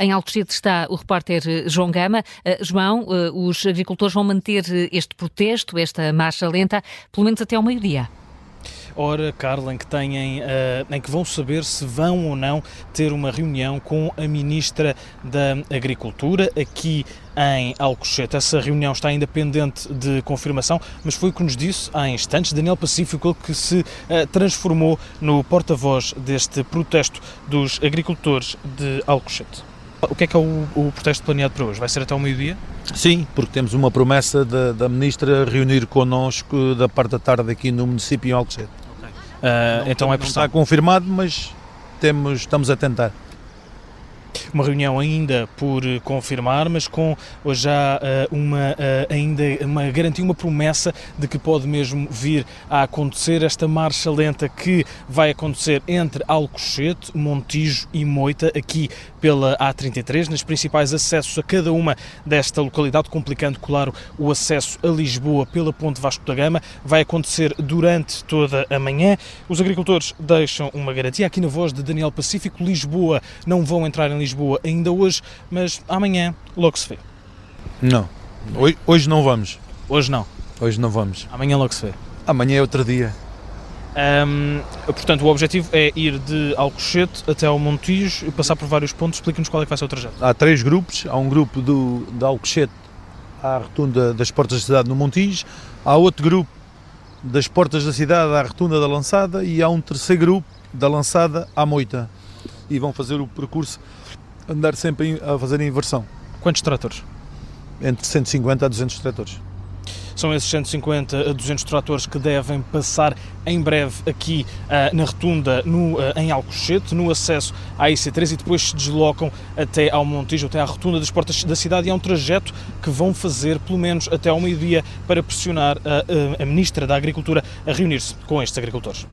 Em Alcochete está o repórter João Gama. João, os agricultores vão manter este protesto, esta marcha lenta, pelo menos até ao meio-dia. Ora, Carla, em que vão saber se vão ou não ter uma reunião com a Ministra da Agricultura aqui em Alcochete. Essa reunião está ainda pendente de confirmação, mas foi o que nos disse há instantes Daniel Pacífico, que se transformou no porta-voz deste protesto dos agricultores de Alcochete. O que é o protesto planeado para hoje? Vai ser até ao meio-dia? Sim, porque temos uma promessa da Ministra reunir connosco da parte da tarde aqui no município em Alcochete. Então é não está confirmado, mas estamos a tentar. Uma reunião ainda por confirmar, mas com já uma garantia, uma promessa de que pode mesmo vir a acontecer esta marcha lenta que vai acontecer entre Alcochete, Montijo e Moita, aqui pela A33, nos principais acessos a cada uma desta localidade, complicando, claro, o acesso a Lisboa pela Ponte Vasco da Gama. Vai acontecer durante toda a manhã. Os agricultores deixam uma garantia. Aqui na voz de Daniel Pacífico, Lisboa, não vão entrar em Lisboa ainda hoje, mas amanhã logo se vê. Não, hoje não vamos. Hoje não? Hoje não vamos. Amanhã logo se vê. Amanhã é outro dia. Portanto, o objetivo é ir de Alcochete até ao Montijo e passar por vários pontos. Explica-nos qual é que vai ser o trajeto. Há 3 grupos. Há um grupo de Alcochete à rotunda das Portas da Cidade no Montijo, há outro grupo das Portas da Cidade à rotunda da Lançada e há um terceiro grupo da Lançada à Moita. E vão fazer o percurso, andar sempre a fazer a inversão. Quantos tratores? Entre 150 a 200 tratores. São esses 150 a 200 tratores que devem passar em breve aqui na rotunda em Alcochete, no acesso à IC3, e depois se deslocam até ao Montijo, até à rotunda das Portas da Cidade, e é um trajeto que vão fazer pelo menos até ao meio-dia para pressionar a Ministra da Agricultura a reunir-se com estes agricultores.